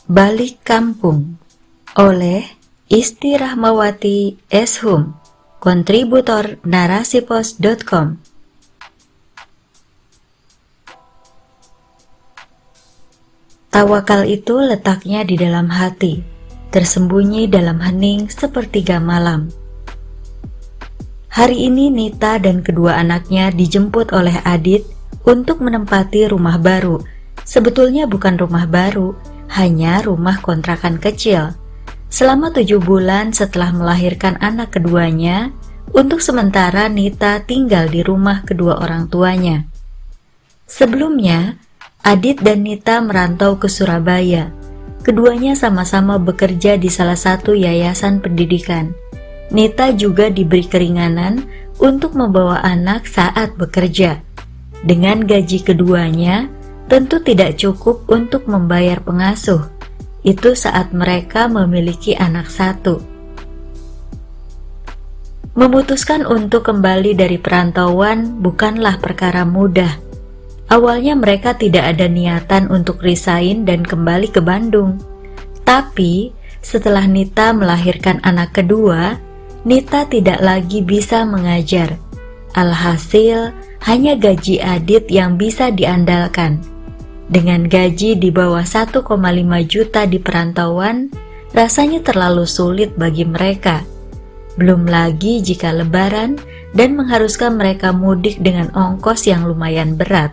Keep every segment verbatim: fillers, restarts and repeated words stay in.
Balik Kampung oleh Isti Rahmawati Eshum, kontributor narasipos dot com. Tawakal itu letaknya di dalam hati, tersembunyi dalam hening sepertiga malam. Hari ini Nita dan kedua anaknya dijemput oleh Adit untuk menempati rumah baru. Sebetulnya bukan rumah baru, hanya rumah kontrakan kecil. Selama tujuh bulan setelah melahirkan anak keduanya, untuk sementara Nita tinggal di rumah kedua orang tuanya. Sebelumnya, Adit dan Nita merantau ke Surabaya. Keduanya sama-sama bekerja di salah satu yayasan pendidikan. Nita juga diberi keringanan untuk membawa anak saat bekerja. Dengan gaji keduanya, tentu tidak cukup untuk membayar pengasuh. Itu saat mereka memiliki anak satu. Memutuskan untuk kembali dari perantauan bukanlah perkara mudah. Awalnya mereka tidak ada niatan untuk resign dan kembali ke Bandung. Tapi setelah Nita melahirkan anak kedua, Nita tidak lagi bisa mengajar. Alhasil, hanya gaji Adit yang bisa diandalkan. Dengan gaji di bawah satu koma lima juta di perantauan, rasanya terlalu sulit bagi mereka. Belum lagi jika lebaran dan mengharuskan mereka mudik dengan ongkos yang lumayan berat.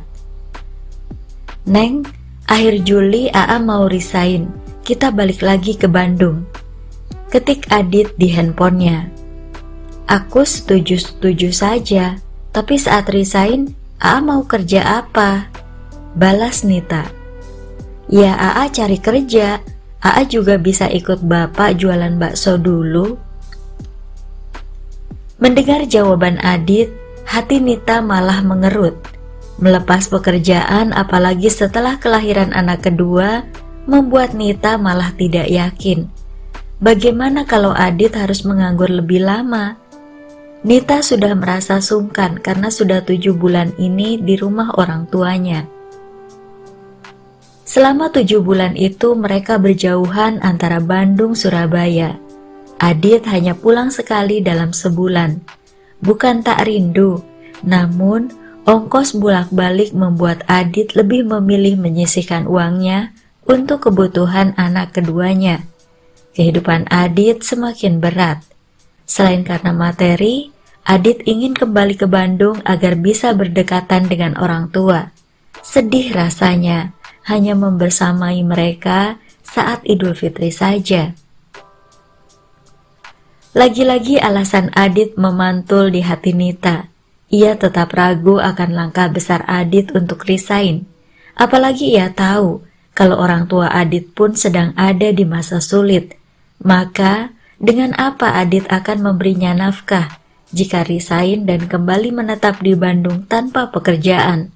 Neng, akhir Juli A A mau resign, kita balik lagi ke Bandung. Ketik Adit di handphonenya. Aku setuju-setuju saja, tapi saat resign, A A mau kerja apa? Balas Nita. Ya A A cari kerja, A A juga bisa ikut bapak jualan bakso dulu. Mendengar jawaban Adit, hati Nita malah mengerut. Melepas pekerjaan apalagi setelah kelahiran anak kedua, membuat Nita malah tidak yakin. Bagaimana kalau Adit harus menganggur lebih lama? Nita sudah merasa sungkan karena sudah tujuh bulan ini di rumah orang tuanya. Selama tujuh bulan itu mereka berjauhan antara Bandung, Surabaya. Adit hanya pulang sekali dalam sebulan. Bukan tak rindu, namun ongkos bolak-balik membuat Adit lebih memilih menyisihkan uangnya untuk kebutuhan anak keduanya. Kehidupan Adit semakin berat. Selain karena materi, Adit ingin kembali ke Bandung agar bisa berdekatan dengan orang tua. Sedih rasanya, hanya membersamai mereka saat Idul Fitri saja. Lagi-lagi alasan Adit memantul di hati Nita. Ia tetap ragu akan langkah besar Adit untuk resign. Apalagi ia tahu kalau orang tua Adit pun sedang ada di masa sulit. Maka, dengan apa Adit akan memberinya nafkah jika resign dan kembali menetap di Bandung tanpa pekerjaan?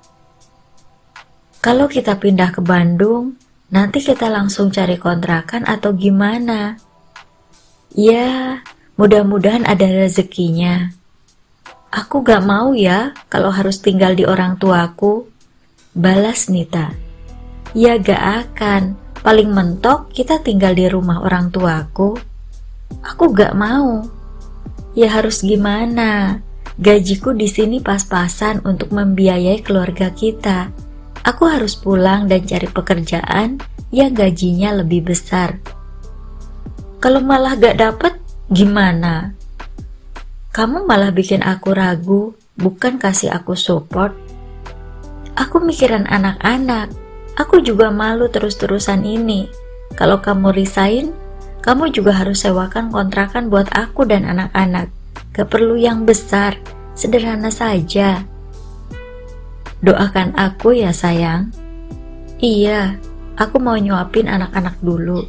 Kalau kita pindah ke Bandung, nanti kita langsung cari kontrakan atau gimana? Ya, mudah-mudahan ada rezekinya. Aku gak mau ya kalau harus tinggal di orang tuaku. Balas Nita. Ya gak akan, paling mentok kita tinggal di rumah orang tuaku. Aku gak mau. Ya harus gimana? Gajiku di sini pas-pasan untuk membiayai keluarga kita. Aku harus pulang dan cari pekerjaan yang gajinya lebih besar. Kalau malah gak dapet, gimana? Kamu malah bikin aku ragu, bukan kasih aku support. Aku mikiran anak-anak. Aku juga malu terus-terusan ini. Kalau kamu resign, kamu juga harus sewakan kontrakan buat aku dan anak-anak. Gak perlu yang besar, sederhana saja. Doakan aku ya sayang. Iya, aku mau nyuapin anak-anak dulu.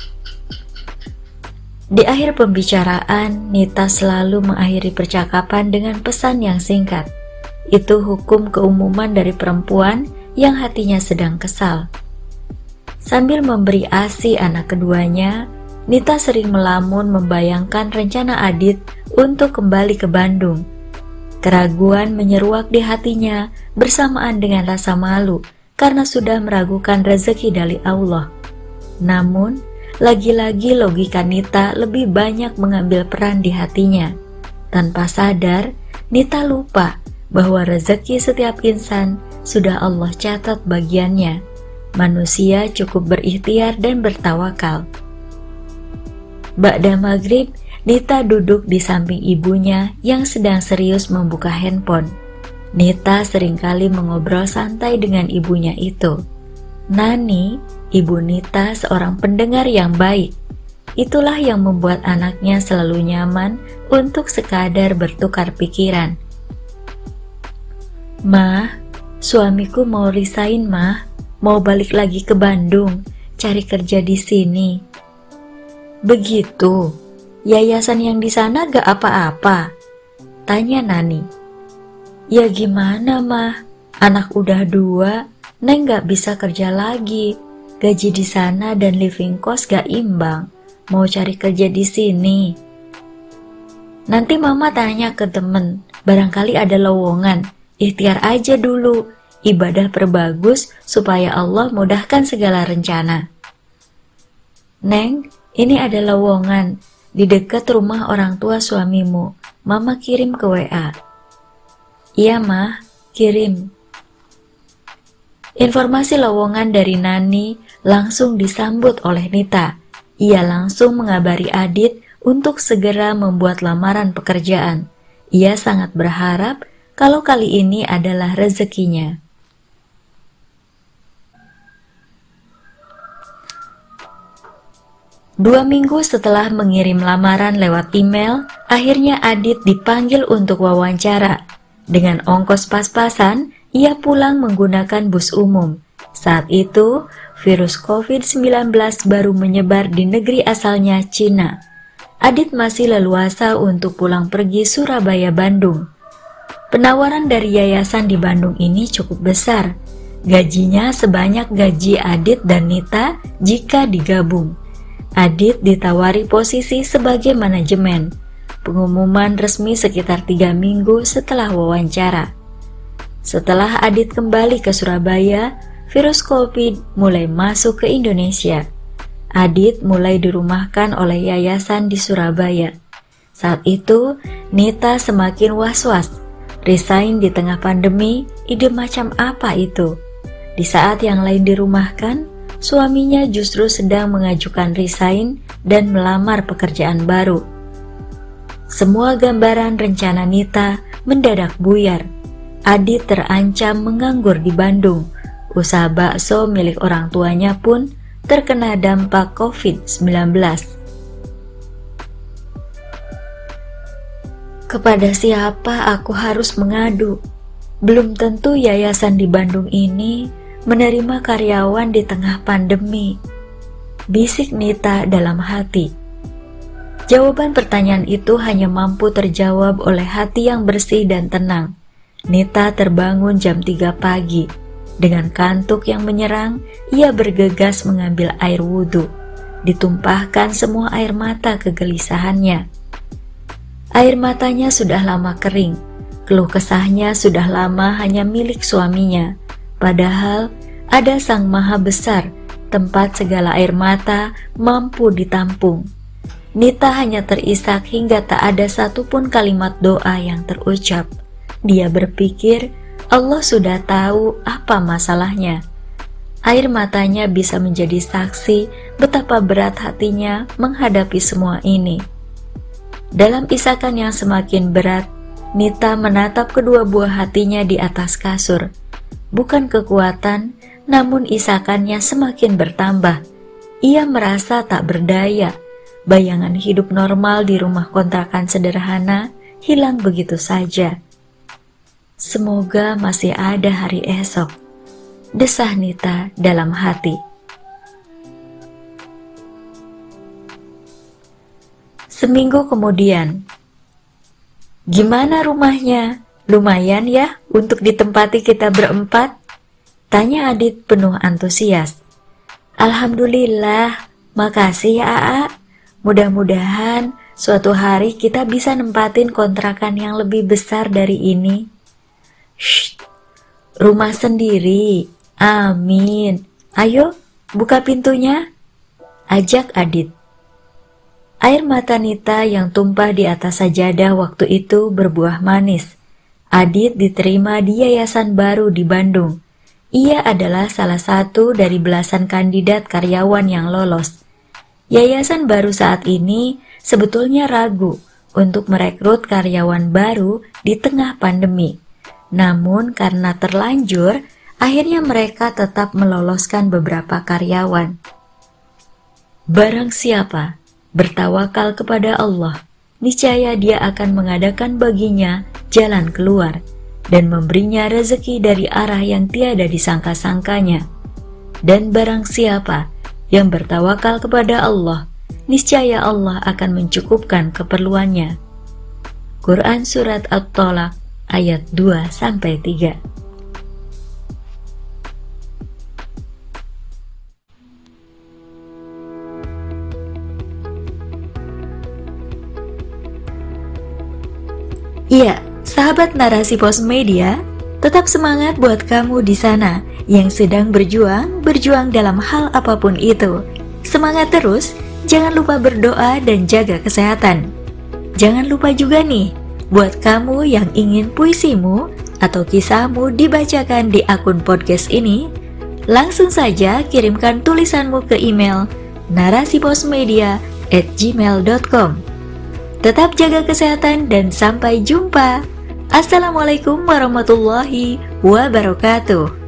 Di akhir pembicaraan, Nita selalu mengakhiri percakapan dengan pesan yang singkat. Itu hukum keumuman dari perempuan yang hatinya sedang kesal. Sambil memberi ASI anak keduanya, Nita sering melamun membayangkan rencana Adit untuk kembali ke Bandung. Keraguan menyeruak di hatinya bersamaan dengan rasa malu karena sudah meragukan rezeki dari Allah. Namun, lagi-lagi logika Nita lebih banyak mengambil peran di hatinya. Tanpa sadar, Nita lupa bahwa rezeki setiap insan sudah Allah catat bagiannya. Manusia cukup berikhtiar dan bertawakal. Ba'da maghrib, Nita duduk di samping ibunya yang sedang serius membuka handphone. Nita seringkali mengobrol santai dengan ibunya itu. Nani, ibu Nita, seorang pendengar yang baik. Itulah yang membuat anaknya selalu nyaman untuk sekadar bertukar pikiran. "Mah, suamiku mau resign, Mah. Mau balik lagi ke Bandung, cari kerja di sini." "Begitu? Yayasan yang di sana gak apa-apa?" tanya Nani. "Ya gimana, Mah? Anak udah dua, Neng gak bisa kerja lagi. Gaji di sana dan living cost gak imbang. Mau cari kerja di sini." "Nanti Mama tanya ke temen, barangkali ada lowongan. Ikhtiar aja dulu, ibadah perbagus supaya Allah mudahkan segala rencana." "Neng, ini ada lowongan di dekat rumah orang tua suamimu. Mama kirim ke W A." "Iya, Mah, kirim." Informasi lowongan dari Nani langsung disambut oleh Nita. Ia langsung mengabari Adit untuk segera membuat lamaran pekerjaan. Ia sangat berharap kalau kali ini adalah rezekinya. Dua minggu setelah mengirim lamaran lewat email, akhirnya Adit dipanggil untuk wawancara. Dengan ongkos pas-pasan, ia pulang menggunakan bus umum. Saat itu, virus covid sembilan belas baru menyebar di negeri asalnya, Cina. Adit masih leluasa untuk pulang pergi Surabaya-Bandung. Penawaran dari yayasan di Bandung ini cukup besar. Gajinya sebanyak gaji Adit dan Nita jika digabung. Adit ditawari posisi sebagai manajemen. Pengumuman resmi sekitar tiga minggu setelah wawancara. Setelah Adit kembali ke Surabaya, virus Covid mulai masuk ke Indonesia. Adit mulai dirumahkan oleh yayasan di Surabaya. Saat itu, Nita semakin was-was. Resign di tengah pandemi, ide macam apa itu? Di saat yang lain dirumahkan, suaminya justru sedang mengajukan resign dan melamar pekerjaan baru. Semua gambaran rencana Nita mendadak buyar. Adit terancam menganggur di Bandung. Usaha bakso milik orang tuanya pun terkena dampak covid sembilan belas. Kepada siapa aku harus mengadu? Belum tentu yayasan di Bandung ini menerima karyawan di tengah pandemi, bisik Nita dalam hati. Jawaban pertanyaan itu hanya mampu terjawab oleh hati yang bersih dan tenang. Nita terbangun jam tiga pagi. Dengan kantuk yang menyerang, ia bergegas mengambil air wudhu. Ditumpahkan semua air mata kegelisahannya. Air matanya sudah lama kering. Keluh kesahnya sudah lama hanya milik suaminya. Padahal ada Sang Maha Besar, tempat segala air mata mampu ditampung. Nita hanya terisak hingga tak ada satupun kalimat doa yang terucap. Dia berpikir Allah sudah tahu apa masalahnya. Air matanya bisa menjadi saksi betapa berat hatinya menghadapi semua ini. Dalam isakan yang semakin berat, Nita menatap kedua buah hatinya di atas kasur. Bukan kekuatan, namun isakannya semakin bertambah. Ia merasa tak berdaya. Bayangan hidup normal di rumah kontrakan sederhana hilang begitu saja. Semoga masih ada hari esok, desah Nita dalam hati. Seminggu kemudian, "Gimana rumahnya? Lumayan ya untuk ditempati kita berempat?" tanya Adit penuh antusias. "Alhamdulillah, makasih ya Aa. Mudah-mudahan suatu hari kita bisa nempatin kontrakan yang lebih besar dari ini." "Shh, rumah sendiri. Amin. Ayo, buka pintunya." ajak Adit. Air mata Nita yang tumpah di atas sajadah waktu itu berbuah manis. Adit diterima di yayasan baru di Bandung. Ia adalah salah satu dari belasan kandidat karyawan yang lolos. Yayasan baru saat ini sebetulnya ragu untuk merekrut karyawan baru di tengah pandemi. Namun karena terlanjur, akhirnya mereka tetap meloloskan beberapa karyawan. Barang siapa bertawakal kepada Allah, niscaya Dia akan mengadakan baginya jalan keluar dan memberinya rezeki dari arah yang tiada disangka-sangkanya. Dan barang siapa yang bertawakal kepada Allah, niscaya Allah akan mencukupkan keperluannya. Quran Surat At-Tolak ayat dua sampai tiga. Iya, sahabat Narasi Pos Media, tetap semangat buat kamu di sana yang sedang berjuang, berjuang dalam hal apapun itu. Semangat terus, jangan lupa berdoa dan jaga kesehatan. Jangan lupa juga nih, buat kamu yang ingin puisimu atau kisahmu dibacakan di akun podcast ini, langsung saja kirimkan tulisanmu ke email narasiposmedia at gmail dot com. Tetap jaga kesehatan dan sampai jumpa. Assalamualaikum warahmatullahi wabarakatuh.